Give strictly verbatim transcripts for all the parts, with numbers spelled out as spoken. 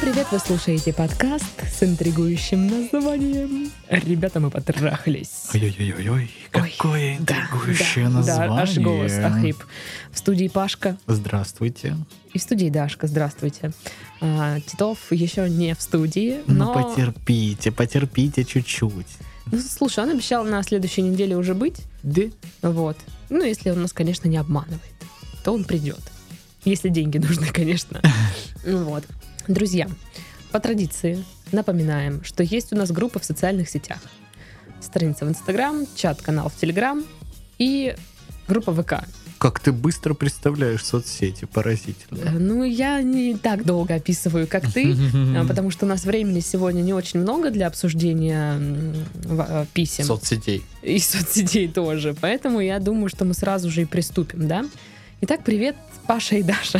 привет! Вы слушаете подкаст с интригующим названием «Ребята, мы потрахались». Ой-ой-ой, какое интригующее да, название. Да, аж голос охрип. В студии Пашка. Здравствуйте. И в студии Дашка. Здравствуйте. А, Титов еще не в студии, но... Ну потерпите, потерпите чуть-чуть. Ну, слушай, он обещал на следующей неделе уже быть. Да? Вот. Ну, если он нас, конечно, не обманывает, то он придет. Если деньги нужны, конечно. Вот. Друзья, по традиции напоминаем, что есть у нас группа в социальных сетях. Страница в Инстаграм, чат-канал в Телеграм и группа ВК. Как ты быстро представляешь соцсети, поразительно. Ну, я не так долго описываю, как ты, потому что у нас времени сегодня не очень много для обсуждения писем. Соцсетей. И соцсетей тоже. Поэтому я думаю, что мы сразу же и приступим, да? Итак, привет, Паша и Даша.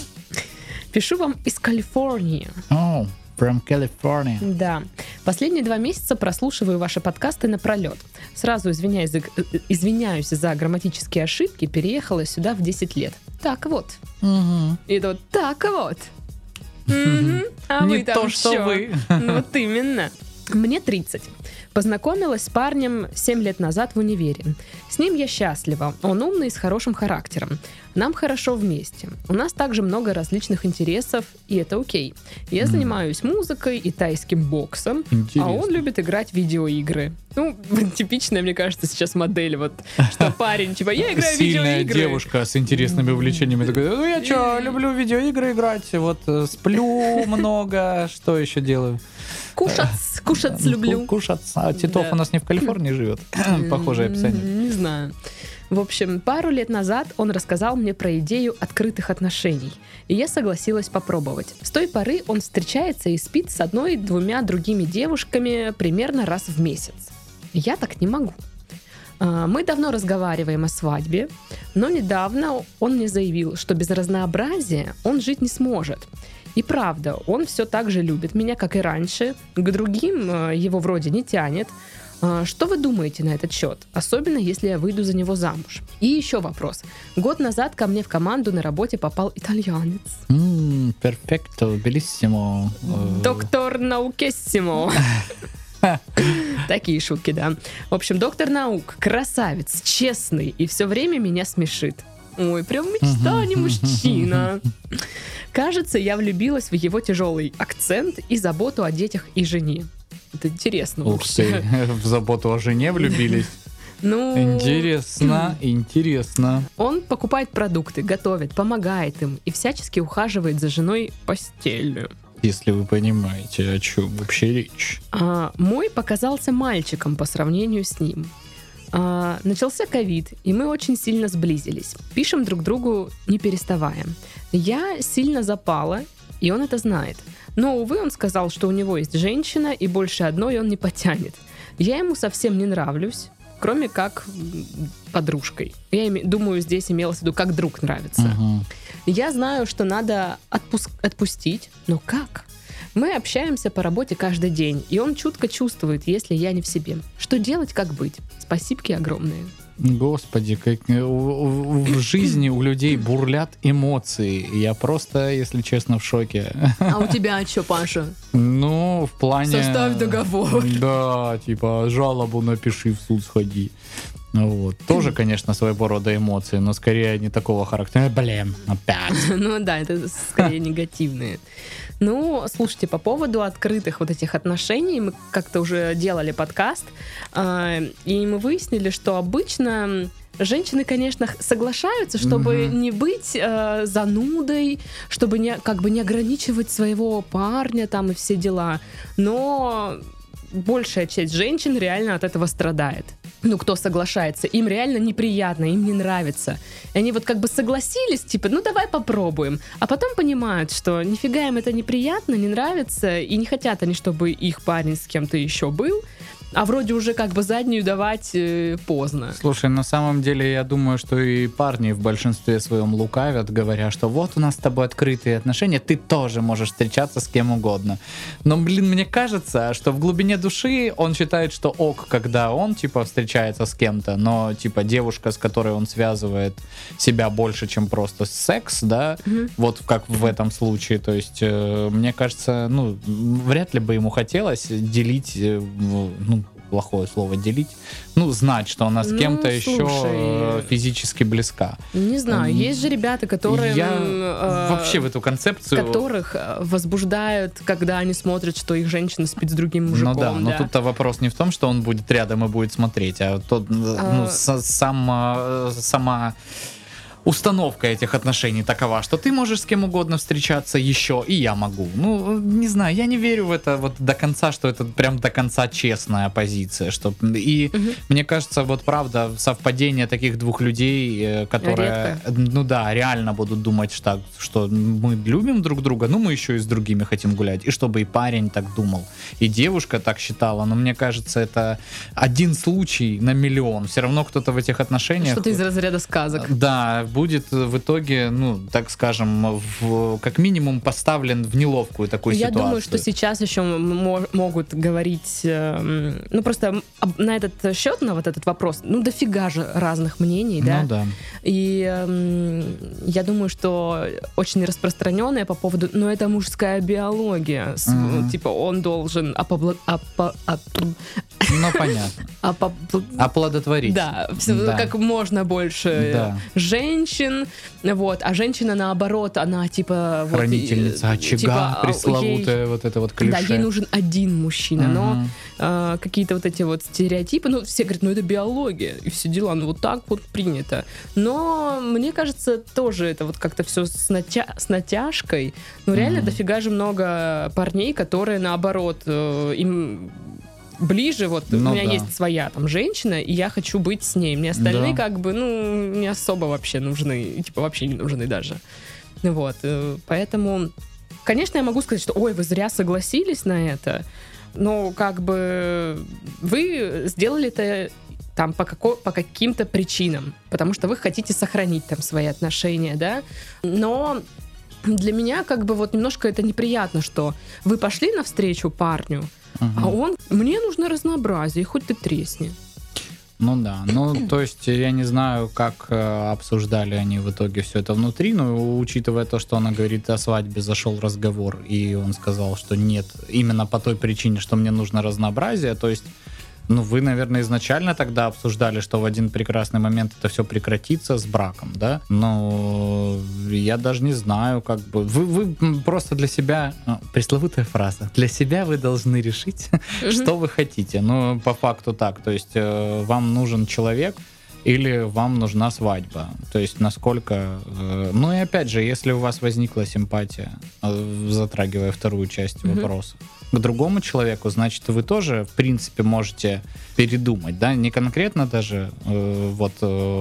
Пишу вам из Калифорнии. Oh, from California. Да. Последние два месяца прослушиваю ваши подкасты напролет. Сразу извиняюсь за, извиняюсь за грамматические ошибки, переехала сюда в десять лет. Так вот. Угу. И тут так вот. Угу. А Не вы там то, что чё? вы. Ну вот именно. Мне тридцать. Познакомилась с парнем семь лет назад в универе. С ним я счастлива. Он умный и с хорошим характером. Нам хорошо вместе. У нас также много различных интересов, и это окей. Я занимаюсь музыкой и тайским боксом, Интересно. а он любит играть в видеоигры. Ну, типичная, мне кажется, сейчас модель, вот, что парень, типа, я играю в Сильная видеоигры. девушка с интересными увлечениями. Такая, ну я что, люблю в видеоигры играть, вот э, сплю много, что еще делаю? Кушать, кушать люблю. Кушать. А Титов Да. у нас не в Калифорнии живет. Похожее описание. Не знаю. В общем, пару лет назад он рассказал мне про идею открытых отношений, и я согласилась попробовать. С той поры он встречается и спит с одной-двумя другими девушками примерно раз в месяц. Я так не могу. А, Мы давно разговариваем о свадьбе, но недавно он мне заявил, что без разнообразия он жить не сможет. И правда, он все так же любит меня, как и раньше, к другим э, его вроде не тянет. А, Что вы думаете на этот счет? Особенно, если я выйду за него замуж. И еще вопрос. Год назад ко мне в команду на работе попал итальянец. Ммм, перфекто, белиссимо. Э, Доктор Наукессимо. Такие шутки, да. В общем, доктор наук, красавец, честный и все время меня смешит. Ой, прям мечта, а не мужчина. Кажется, я влюбилась в его тяжелый акцент и заботу о детях и жене. Это интересно Ух вообще. ты, в заботу о жене влюбились. Ну, Интересно, интересно. он покупает продукты, готовит, помогает им и всячески ухаживает за женой постелью. Если вы понимаете, о чем вообще речь. А, мой показался мальчиком по сравнению с ним. А, начался ковид, и мы очень сильно сблизились. Пишем друг другу не переставая. Я сильно запала, и он это знает. Но, увы, он сказал, что у него есть женщина, и больше одной он не потянет. Я ему совсем не нравлюсь, кроме как м, подружкой. Я име- думаю, здесь имелось в виду, как друг нравится. Мгм. Я знаю, что надо отпуск- отпустить, но как? Мы общаемся по работе каждый день, и он чутко чувствует, если я не в себе. Что делать, как быть? Спасибки огромные. Господи, как э, в, в- в жизни у людей бурлят эмоции. Я просто, если честно, в шоке. А у тебя что, Паша? Ну, в плане... Составь договор. Да, типа, жалобу напиши, в суд сходи. Ну вот. Тоже, конечно, своего рода эмоции, но скорее не такого характера. Блин, опять. Ну да, это скорее негативные. Ну, слушайте, по поводу открытых вот этих отношений, мы как-то уже делали подкаст, э, и мы выяснили, что обычно женщины, конечно, х- соглашаются, чтобы Мгм. не быть э, занудой, чтобы не, как бы не ограничивать своего парня там и все дела, но большая часть женщин реально от этого страдает. Ну, кто соглашается, им реально неприятно, им не нравится. И они вот как бы согласились, типа, ну давай попробуем. А потом понимают, что нифига им это неприятно, не нравится, и не хотят они, чтобы их парень с кем-то еще был. а вроде уже как бы заднюю давать э, поздно. Слушай, на самом деле я думаю, что и парни в большинстве своем лукавят, говоря, что вот у нас с тобой открытые отношения, ты тоже можешь встречаться с кем угодно. Но, блин, мне кажется, что в глубине души он считает, что ок, когда он, типа, встречается с кем-то, но, типа, девушка, с которой он связывает себя больше, чем просто секс, да, mm-hmm. вот как в этом случае, то есть, э, мне кажется, ну, вряд ли бы ему хотелось делить, э, ну, плохое слово делить, ну, знать, что она с ну, кем-то слушай, еще физически близка. Не знаю, есть же ребята, которые... Я э, вообще в эту концепцию... Которых возбуждает, когда они смотрят, что их женщина спит с другим мужиком. Ну да, да. но тут-то вопрос не в том, что он будет рядом и будет смотреть, а тот, а... ну, с, сам, сама... установка этих отношений такова, что ты можешь с кем угодно встречаться еще, и я могу. Ну, не знаю, я не верю в это вот до конца, что это прям до конца честная позиция. Что... И угу. мне кажется, вот правда, совпадение таких двух людей, которые, редко. ну да, реально будут думать, что, что мы любим друг друга, ну мы еще и с другими хотим гулять. И чтобы и парень так думал, и девушка так считала. Но мне кажется, это один случай на миллион. Все равно кто-то в этих отношениях... Что-то из разряда сказок. Да, будет в итоге, ну, так скажем, в, как минимум поставлен в неловкую такую Я ситуацию. Я думаю, что сейчас еще м- могут говорить, э, ну, просто на этот счет, на вот этот вопрос, ну, дофига же разных мнений, да? Ну, да. И э, я думаю, что очень распространенное по поводу, ну, это мужская биология. Mm-hmm. Типа, он должен опобла... опо... оп... Ну, понятно. Опо... Оплодотворить. Да, да, как можно больше да. женщин, вот, а женщина, наоборот, она, типа... Хранительница вот, очага, типа, пресловутая ей, вот это вот клише. Да, ей нужен один мужчина, uh-huh. но э, какие-то вот эти вот стереотипы, ну, все говорят, ну, это биология, и все дела, ну, вот так вот принято. Но, мне кажется, тоже это вот как-то все с, натя- с натяжкой, ну, реально uh-huh. дофига же много парней, которые, наоборот, э, им... ближе, вот ну, у меня да. есть своя там женщина, и я хочу быть с ней. Мне остальные да. как бы, ну, не особо вообще нужны, типа вообще не нужны даже. Вот, поэтому, конечно, я могу сказать, что, ой, вы зря согласились на это, но как бы вы сделали это там по, како- по каким-то причинам, потому что вы хотите сохранить там свои отношения, да, но... Для меня как бы вот немножко это неприятно, что вы пошли навстречу парню, uh-huh. а он, мне нужно разнообразие, хоть ты тресни. Ну да, ну то есть я не знаю, как э, обсуждали они в итоге все это внутри, но учитывая то, что она говорит, о свадьбе зашел разговор, и он сказал, что нет, именно по той причине, что мне нужно разнообразие, то есть ну, вы, наверное, изначально тогда обсуждали, что в один прекрасный момент это все прекратится с браком, да? Но я даже не знаю, как бы... Вы, вы просто для себя... Ну, пресловутая фраза. Для себя вы должны решить, mm-hmm. что вы хотите. Ну, по факту так. То есть э, вам нужен человек или вам нужна свадьба. То есть насколько... Э, ну и опять же, если у вас возникла симпатия, э, затрагивая вторую часть mm-hmm. вопроса, к другому человеку, значит, вы тоже, в принципе, можете передумать, да, не конкретно даже э, вот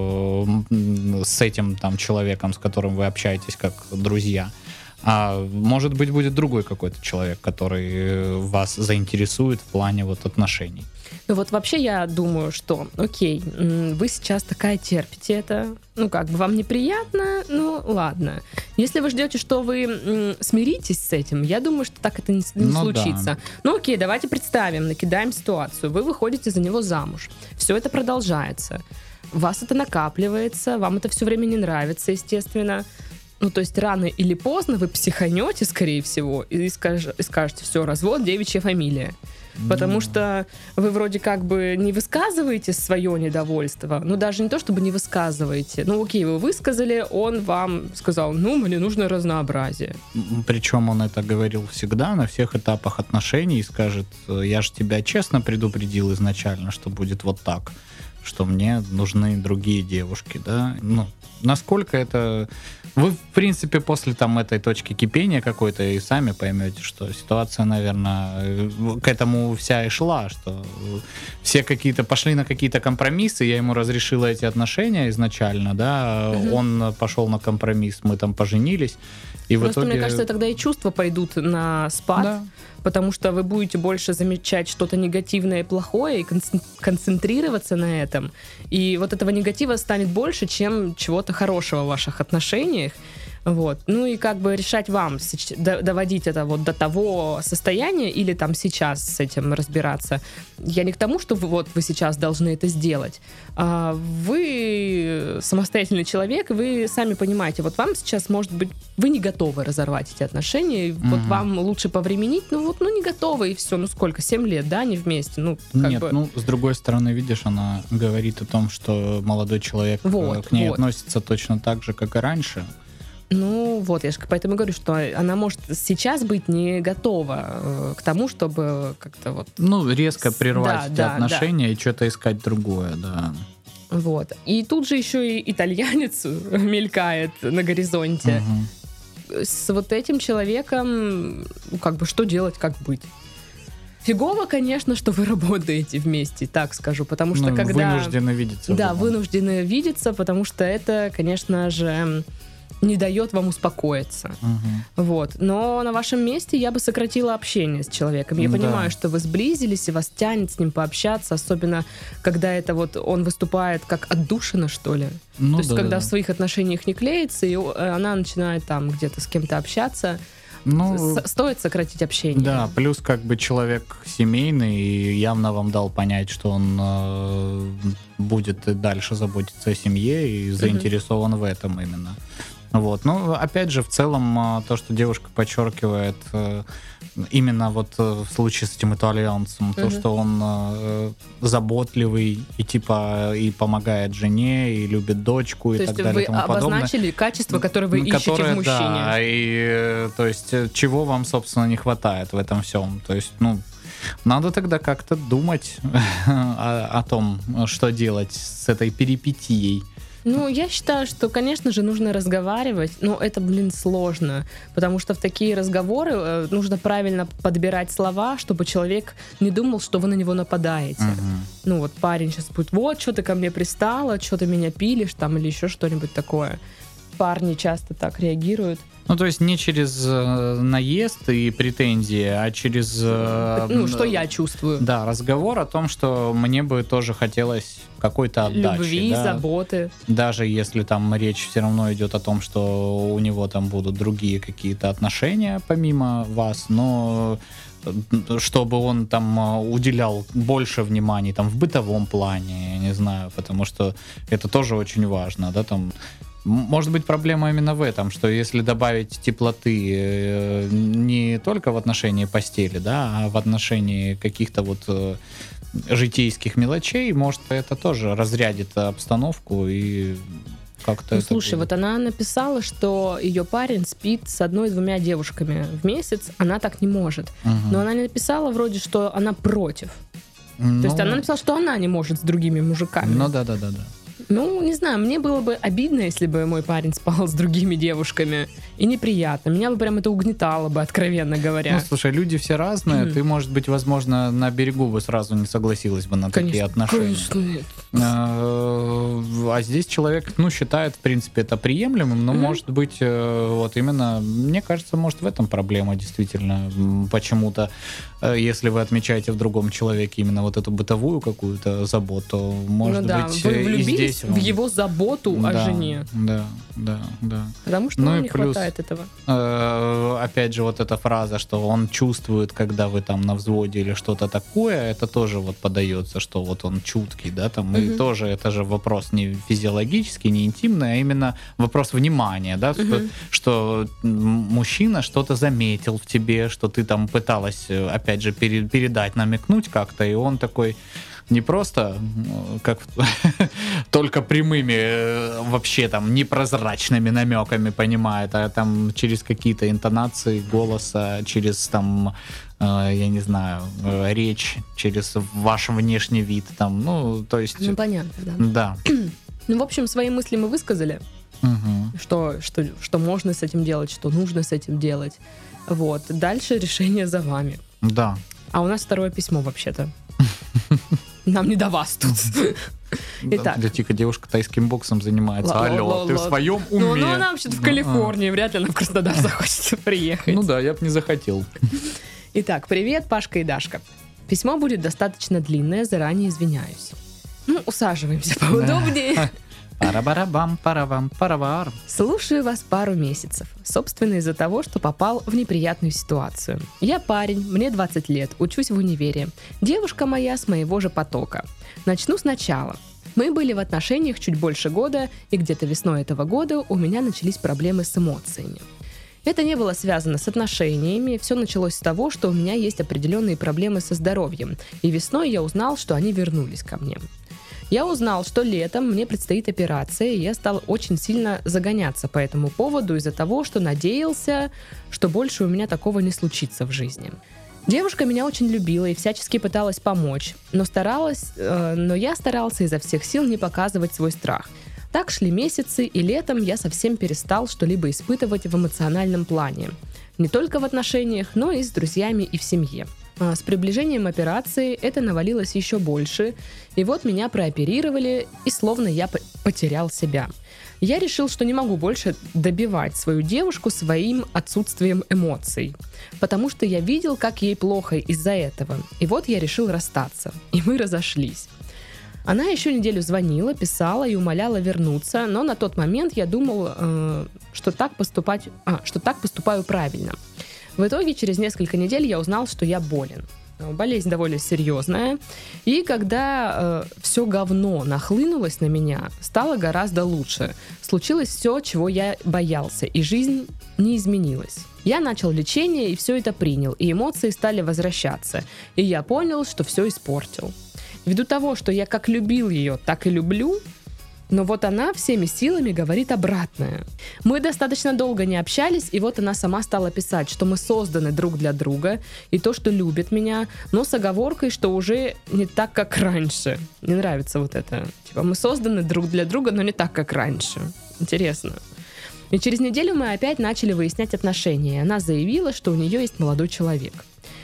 э, с этим там человеком, с которым вы общаетесь как друзья, а может быть, будет другой какой-то человек, который вас заинтересует в плане вот отношений. Ну вот вообще я думаю, что, окей, вы сейчас такая терпите это, ну как бы вам неприятно, ну ладно. Если вы ждете, что вы м, смиритесь с этим, я думаю, что так это не, не ну, случится. Да. Ну окей, давайте представим, накидаем ситуацию. Вы выходите за него замуж, все это продолжается, у вас это накапливается, вам это все время не нравится, естественно. Ну, то есть рано или поздно вы психанете, скорее всего, и, скаж, и скажете, все, развод, девичья фамилия. Потому mm. что вы вроде как бы не высказываете свое недовольство, ну, даже не то, чтобы не высказываете. Ну, окей, вы высказали, он вам сказал, ну, мне нужно разнообразие. Причем он это говорил всегда, на всех этапах отношений, и скажет, я же тебя честно предупредил изначально, что будет вот так, что мне нужны другие девушки, да? Ну, насколько это... Вы, в принципе, после там этой точки кипения какой-то и сами поймете, что ситуация, наверное, к этому вся и шла, что все какие-то пошли на какие-то компромиссы, я ему разрешила эти отношения изначально, да, угу. он пошел на компромисс, мы там поженились, и Просто, в итоге... мне кажется, тогда и чувства пойдут на спад, да. потому что вы будете больше замечать что-то негативное и плохое и концентрироваться на этом. И вот этого негатива станет больше, чем чего-то хорошего в ваших отношениях. Вот. Ну и как бы решать вам, доводить это вот до того состояния или там сейчас с этим разбираться. Я не к тому, что вы, вот вы сейчас должны это сделать. А вы самостоятельный человек, и вы сами понимаете, вот вам сейчас, может быть, вы не готовы разорвать эти отношения, mm-hmm. вот вам лучше повременить, ну вот, ну не готовы, и все, ну сколько, семь лет, да, не вместе, ну как Нет, бы... ну с другой стороны, видишь, она говорит о том, что молодой человек вот, к ней вот. относится точно так же, как и раньше. Ну вот, я же поэтому говорю, что она может сейчас быть не готова э, к тому, чтобы как-то вот... Ну, резко прервать да, эти да, отношения да. и что-то искать другое, да. Вот. И тут же еще и итальянец мелькает на горизонте. Угу. С вот этим человеком, как бы, что делать, как быть? Фигово, конечно, что вы работаете вместе, так скажу, потому что ну, когда... Вынуждены видеться. Да, вынуждены видеться, потому что это, конечно же... не дает вам успокоиться. Угу. Вот. Но на вашем месте я бы сократила общение с человеком. Я да. понимаю, что вы сблизились, и вас тянет с ним пообщаться, особенно когда это вот он выступает как отдушина, что ли. Ну, То есть, да, когда да. в своих отношениях не клеится, и она начинает там где-то с кем-то общаться. Ну, с- стоит сократить общение. Да, плюс как бы человек семейный и явно вам дал понять, что он э, будет и дальше заботиться о семье и заинтересован угу. в этом именно. Вот. Ну, опять же, в целом, то, что девушка подчеркивает, именно вот в случае с этим итальянцем, uh-huh. то, что он заботливый и типа и помогает жене, и любит дочку, то и так далее. То есть вы обозначили качества, которые вы ищете которые, в мужчине. Да, и то есть чего вам, собственно, не хватает в этом всем. То есть, ну, надо тогда как-то думать о, о том, что делать с этой перипетией. Ну, я считаю, что, конечно же, нужно разговаривать, но это, блин, сложно, потому что в такие разговоры э, нужно правильно подбирать слова, чтобы человек не думал, что вы на него нападаете. Uh-huh. Ну, вот парень сейчас будет, вот, что ты ко мне пристала, что ты меня пилишь, там, или еще что-нибудь такое. Парни часто так реагируют. Ну, то есть не через э, наезд и претензии, а через... Э, ну, что я чувствую. Да, разговор о том, что мне бы тоже хотелось какой-то отдачи. Любви, да? заботы. Даже если там речь все равно идет о том, что у него там будут другие какие-то отношения помимо вас, но чтобы он там уделял больше внимания там в бытовом плане, я не знаю, потому что это тоже очень важно, да, там... Может быть, проблема именно в этом, что если добавить теплоты не только в отношении постели, да, а в отношении каких-то вот житейских мелочей, может, это тоже разрядит обстановку и как-то... Ну, слушай, будет. Вот она написала, что ее парень спит с одной-двумя девушками в месяц, она так не может. Угу. Но она не написала вроде, что она против. Ну, то есть она написала, что она не может с другими мужиками. Ну да-да-да-да. Ну, не знаю, мне было бы обидно, если бы мой парень спал с другими девушками. И неприятно. Меня бы прям это угнетало бы, откровенно говоря. Ну, слушай, люди все разные. Mm. Ты, может быть, возможно, на берегу бы сразу не согласилась бы на конечно, такие отношения. Конечно, нет. А, а здесь человек, ну, считает, в принципе, это приемлемым, но, mm-hmm. может быть, вот именно, мне кажется, может, в этом проблема действительно. Почему-то, если вы отмечаете в другом человеке именно вот эту бытовую какую-то заботу, может ну, да. быть, вы и здесь в его заботу да, о жене. Да, да, да. Потому что ну вам не плюс, хватает этого. Э, опять же, вот эта фраза, что он чувствует, когда вы там на взводе или что-то такое, это тоже вот подается, что вот он чуткий, да, там, угу. и тоже это же вопрос не физиологический, не интимный, а именно вопрос внимания, да, угу. что, что мужчина что-то заметил в тебе, что ты там пыталась, опять же, пере, передать, намекнуть как-то, и он такой... Не просто как только прямыми вообще там непрозрачными намеками понимает, а там через какие-то интонации голоса, через там, э, я не знаю, э, речь, через ваш внешний вид там, ну, то есть... Ну, понятно, да. Да. Ну, в общем, свои мысли мы высказали, угу. что, что, что можно с этим делать, что нужно с этим делать. Вот. Дальше решение за вами. Да. А у нас второе письмо вообще-то. Нам не до вас тут. Итак. Да, тихо, девушка тайским боксом занимается. Л- Алло, л- ты л- в своем уме? Ну, ну она вообще-то в Калифорнии, вряд ли она в Краснодар захочет приехать. Ну да, я бы не захотел. Итак, привет, Пашка и Дашка. Письмо будет достаточно длинное, заранее извиняюсь. Ну, усаживаемся поудобнее. Пара-барабам, паравам, паравар. Слушаю вас пару месяцев. Собственно, из-за того, что попал в неприятную ситуацию. Я парень, мне двадцать лет, учусь в универе. Девушка моя с моего же потока. Начну сначала. Мы были в отношениях чуть больше года, и где-то весной этого года у меня начались проблемы с эмоциями. Это не было связано с отношениями, все началось с того, что у меня есть определенные проблемы со здоровьем, и весной я узнал, что они вернулись ко мне. Я узнал, что летом мне предстоит операция, и я стал очень сильно загоняться по этому поводу из-за того, что надеялся, что больше у меня такого не случится в жизни. Девушка меня очень любила и всячески пыталась помочь, но старалась, э, но я старался изо всех сил не показывать свой страх. Так шли месяцы, и летом я совсем перестал что-либо испытывать в эмоциональном плане. Не только в отношениях, но и с друзьями и в семье. А с приближением операции это навалилось еще больше, и вот меня прооперировали, и словно я потерял себя. Я решил, что не могу больше добивать свою девушку своим отсутствием эмоций, потому что я видел, как ей плохо из-за этого. И вот я решил расстаться, и мы разошлись. Она еще неделю звонила, писала и умоляла вернуться, но на тот момент я думал, э, что, так поступать, а, что так поступаю правильно. В итоге через несколько недель я узнал, что я болен. Болезнь довольно серьезная. И когда э, все говно нахлынулось на меня, стало гораздо лучше. Случилось все, чего я боялся, и жизнь не изменилась. Я начал лечение и все это принял, и эмоции стали возвращаться. И я понял, что все испортил. Ввиду того, что я как любил ее, так и люблю, но вот она всеми силами говорит обратное. Мы достаточно долго не общались, и вот она сама стала писать, что мы созданы друг для друга, и то, что любит меня, но с оговоркой, что уже не так, как раньше. Мне нравится вот это. Типа, мы созданы друг для друга, но не так, как раньше. Интересно. И через неделю мы опять начали выяснять отношения, и она заявила, что у нее есть молодой человек.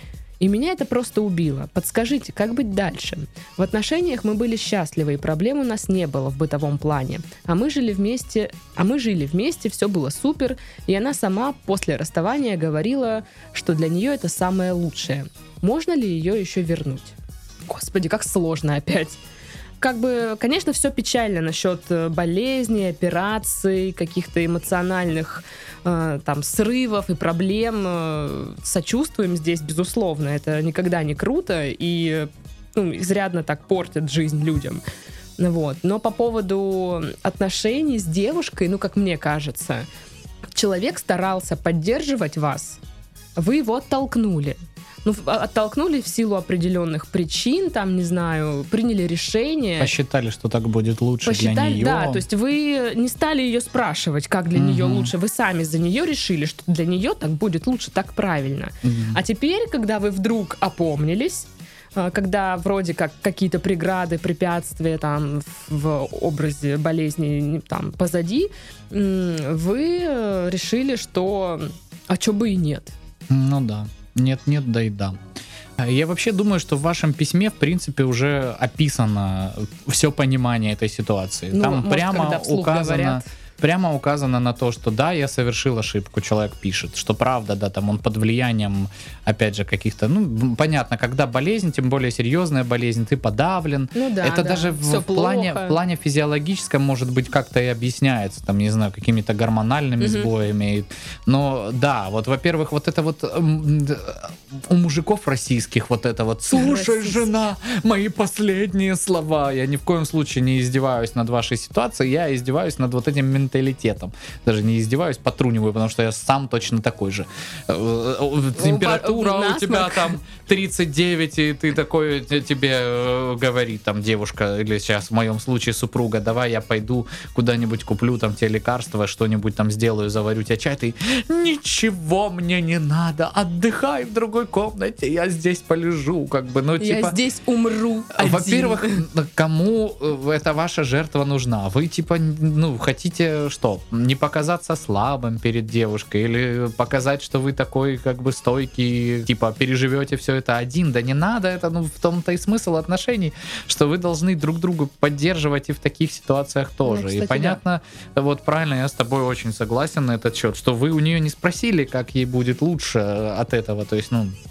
И меня это просто убило. Подскажите, как быть дальше? В отношениях мы были счастливы, и проблем у нас не было в бытовом плане. А мы жили вместе, а мы жили вместе, все было супер, и она сама после расставания говорила, что для нее это самое лучшее. Можно ли ее еще вернуть? Господи, как сложно опять. Как бы, конечно, все печально насчет болезней, операций, каких-то эмоциональных э, там срывов и проблем. Э, сочувствуем здесь, безусловно. Это никогда не круто и ну, изрядно так портит жизнь людям. Вот. Но по поводу отношений с девушкой, ну, как мне кажется, человек старался поддерживать вас, вы его оттолкнули. Ну, оттолкнули в силу определенных причин, там, не знаю, приняли решение. Посчитали, что так будет лучше Посчитали, для нее. Да, то есть вы не стали ее спрашивать, как для угу. нее лучше. Вы сами за нее решили, что для нее так будет лучше, так правильно. Угу. А теперь, когда вы вдруг опомнились, когда вроде как какие-то преграды, препятствия там в образе болезни там позади, вы решили, что а чё бы и нет. Ну да. Нет-нет, да и да. Я вообще думаю, что в вашем письме, в принципе, уже описано все понимание этой ситуации. Ну, Там может, прямо указано... Говорят. Прямо указано на то, что да, я совершил ошибку, человек пишет, что правда, да, там он под влиянием, опять же, каких-то, ну, понятно, когда болезнь, тем более серьезная болезнь, ты подавлен, ну, да, это да. даже в, в, плане, в плане физиологическом, может быть, как-то и объясняется, там, не знаю, какими-то гормональными угу. сбоями, но да, вот, во-первых, вот это вот у мужиков российских вот это вот, слушай, жена, мои последние слова, я ни в коем случае не издеваюсь над вашей ситуацией, я издеваюсь над вот этим менталитетом, менталитетом. Даже не издеваюсь, потруниваю, потому что я сам точно такой же. Температура у, у тебя там тридцать девять, и ты такой, тебе говорит там девушка, или сейчас в моем случае супруга, давай я пойду куда-нибудь куплю там те лекарства, что-нибудь там сделаю, заварю тебе чай. Ты, ничего мне не надо, отдыхай в другой комнате, я здесь полежу, как бы, ну я типа... Я здесь умру один. Во-первых, кому эта ваша жертва нужна? Вы типа, ну, хотите что, не показаться слабым перед девушкой или показать, что вы такой как бы стойкий, типа переживете все это один, да не надо, это ну в том-то и смысл отношений, что вы должны друг друга поддерживать и в таких ситуациях тоже. Ну, кстати, и понятно, да. Вот правильно, я с тобой очень согласен на этот счет, что вы у нее не спросили, как ей будет лучше от этого, то есть, ну,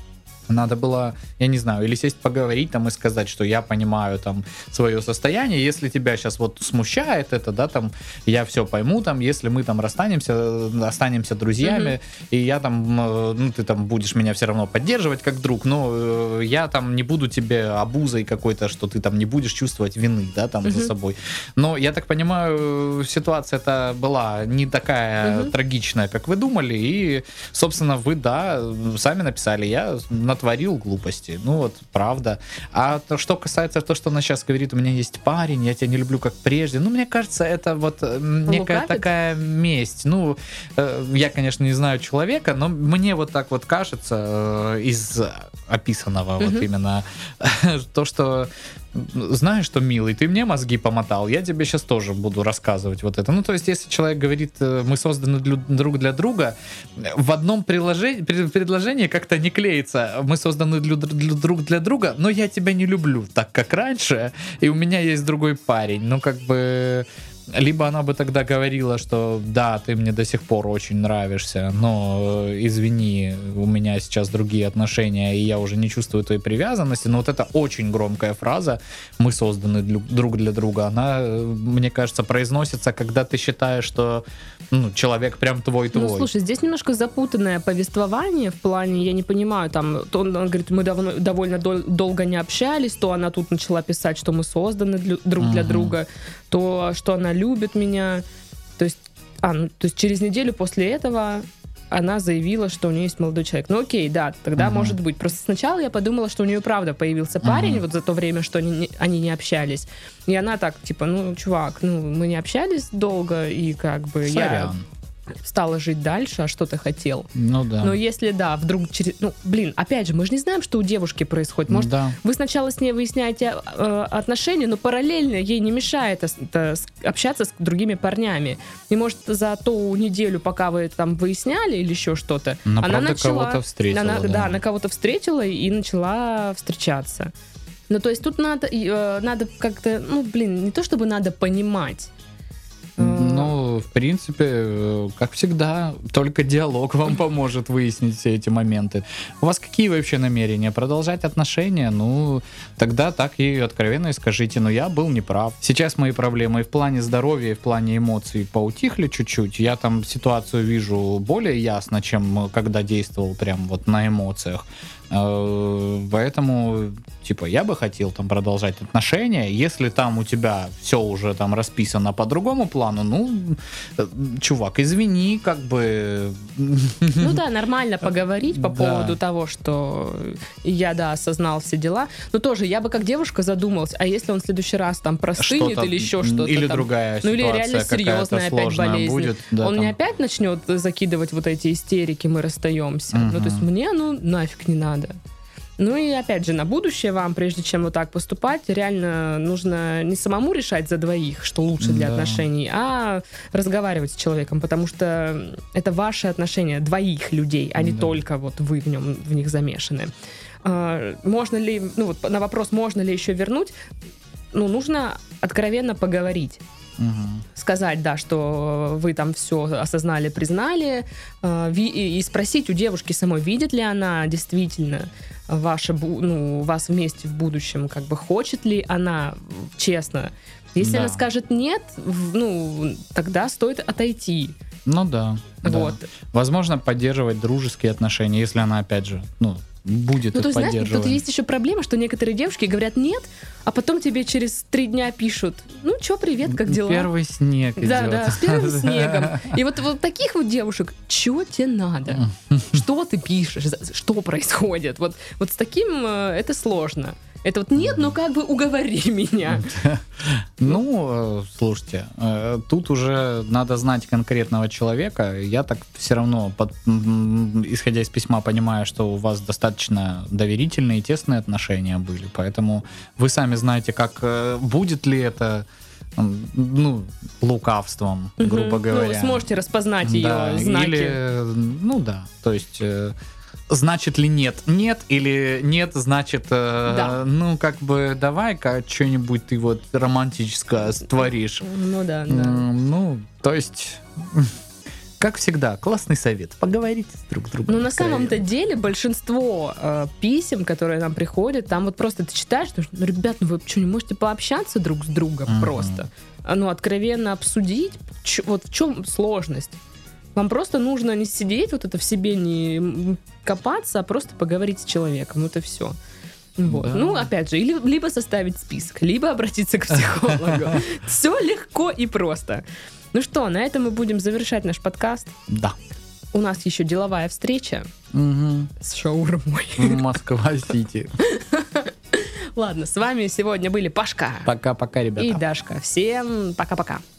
Надо было, я не знаю, или сесть поговорить там и сказать, что я понимаю там свое состояние, если тебя сейчас вот смущает это, да, там, я все пойму, там, если мы там расстанемся, останемся друзьями, mm-hmm. и я там, ну, ты там будешь меня все равно поддерживать как друг, но я там не буду тебе обузой какой-то, что ты там не будешь чувствовать вины, да, там, mm-hmm. за собой. Но, я так понимаю, ситуация-то была не такая mm-hmm. трагичная, как вы думали, и, собственно, вы, да, сами написали, я на творил глупости, ну вот, правда. А то, что касается того, что она сейчас говорит, у меня есть парень, я тебя не люблю как прежде, ну, мне кажется, это вот некая Лукавит? такая месть. Ну, э, я, конечно, не знаю человека, но мне вот так вот кажется э, из описанного uh-huh. вот именно то, что знаешь что, милый, ты мне мозги помотал, я тебе сейчас тоже буду рассказывать вот это. Ну, то есть, если человек говорит, мы созданы для, друг для друга, в одном приложении, предложении как-то не клеится, мы созданы для, для, друг для друга, но я тебя не люблю так, как раньше, и у меня есть другой парень. Ну, как бы... Либо она бы тогда говорила, что да, ты мне до сих пор очень нравишься, но извини, у меня сейчас другие отношения, и я уже не чувствую той привязанности. Но вот эта очень громкая фраза «мы созданы для, друг для друга», она, мне кажется, произносится, когда ты считаешь, что ну, человек прям твой-твой. Ну, слушай, здесь немножко запутанное повествование в плане, я не понимаю, там, то он, он говорит, мы давно, довольно дол- долго не общались, то она тут начала писать, что мы созданы для, друг uh-huh. для друга, то, что она любит меня. То есть, а, ну, то есть через неделю после этого она заявила, что у нее есть молодой человек. Ну окей, да, тогда uh-huh. может быть. Просто сначала я подумала, что у нее правда появился парень uh-huh. вот за то время, что они не, они не общались. И она так, типа, ну, чувак, ну, мы не общались долго, и как бы Сорян. я стала жить дальше, а что ты хотел? Ну да. Но если, да, вдруг через... Ну, блин, опять же, мы же не знаем, что у девушки происходит. Может, да. вы сначала с ней выясняете э, отношения, но параллельно ей не мешает это, общаться с другими парнями. И может за ту неделю, пока вы там выясняли или еще что-то, но она начала... кого-то встретила. Она, да. да, она кого-то встретила и начала встречаться. Ну, то есть тут надо, э, надо как-то... Ну, блин, не то чтобы надо понимать. Ну, в принципе, как всегда, только диалог вам поможет выяснить все эти моменты. У вас какие вообще намерения? Продолжать отношения? Ну, тогда так и откровенно и скажите, но я был неправ. Сейчас мои проблемы и в плане здоровья, и в плане эмоций поутихли чуть-чуть. Я там ситуацию вижу более ясно, чем когда действовал прям вот на эмоциях. Поэтому, типа, я бы хотел там продолжать отношения. Если там у тебя все уже там расписано по другому плану, ну, чувак, извини, как бы... Ну да, нормально поговорить по да. поводу того, что я, да, осознал все дела. Но тоже я бы как девушка задумалась, а если он в следующий раз там простынет что-то, или еще что-то или там, другая ну ситуация, или реально серьезная опять болезнь, будет, да, он там... мне опять начнет закидывать вот эти истерики, мы расстаемся. Uh-huh. Ну то есть мне, ну, нафиг не надо. Ну и опять же, на будущее вам, прежде чем вот так поступать, реально нужно не самому решать за двоих, что лучше для да. отношений, а разговаривать с человеком, потому что это ваши отношения двоих людей, а не да. только вот вы в нем, в них замешаны. А, можно ли, ну вот на вопрос, можно ли еще вернуть, ну нужно откровенно поговорить. Угу. Сказать, да, что вы там все осознали, признали, э, ви- и спросить у девушки самой, видит ли она действительно ваше, ну, вас вместе в будущем, как бы хочет ли она честно. Если да. она скажет нет, ну, тогда стоит отойти. Ну да, вот. да. Возможно, поддерживать дружеские отношения, если она, опять же, ну, будет ну, их то есть, поддерживать. Знаешь, тут есть еще проблема, что некоторые девушки говорят нет, а потом тебе через три дня пишут, ну чё, привет, как дела? Первый снег идет. Да, да, с первым снегом. И вот, вот таких вот девушек, чё тебе надо? Что ты пишешь? Что происходит? Вот, вот с таким это сложно. Это вот нет, но как бы уговори меня. Ну, слушайте, тут уже надо знать конкретного человека. Я так все равно, под, исходя из письма, понимаю, что у вас достаточно доверительные и тесные отношения были. Поэтому вы сами знаете, как будет ли это, ну, лукавством, угу. грубо говоря. Ну, вы сможете распознать ее да, знаки. Или, ну да, то есть... Значит ли нет? Нет или нет, значит, э, да. ну, как бы, давай-ка что-нибудь ты вот романтическое створишь. Ну, да, да. Э, ну, то есть, как всегда, классный совет. Поговорите друг с другом. Ну, на самом-то деле, большинство э, писем, которые нам приходят, там вот просто ты читаешь, ну, ребят, ну вы что, не можете пообщаться друг с другом mm-hmm. просто? Ну, откровенно обсудить, ч- вот в чем сложность? Вам просто нужно не сидеть, вот это в себе не копаться, а просто поговорить с человеком, вот и все. Вот. Да. Ну, опять же, или, либо составить список, либо обратиться к психологу. Все легко и просто. Ну что, на этом мы будем завершать наш подкаст. Да. У нас еще деловая встреча угу. с шаурмой. Москва-Сити. Ладно, с вами сегодня были Пашка. Пока-пока, ребята. И Дашка. Всем пока-пока.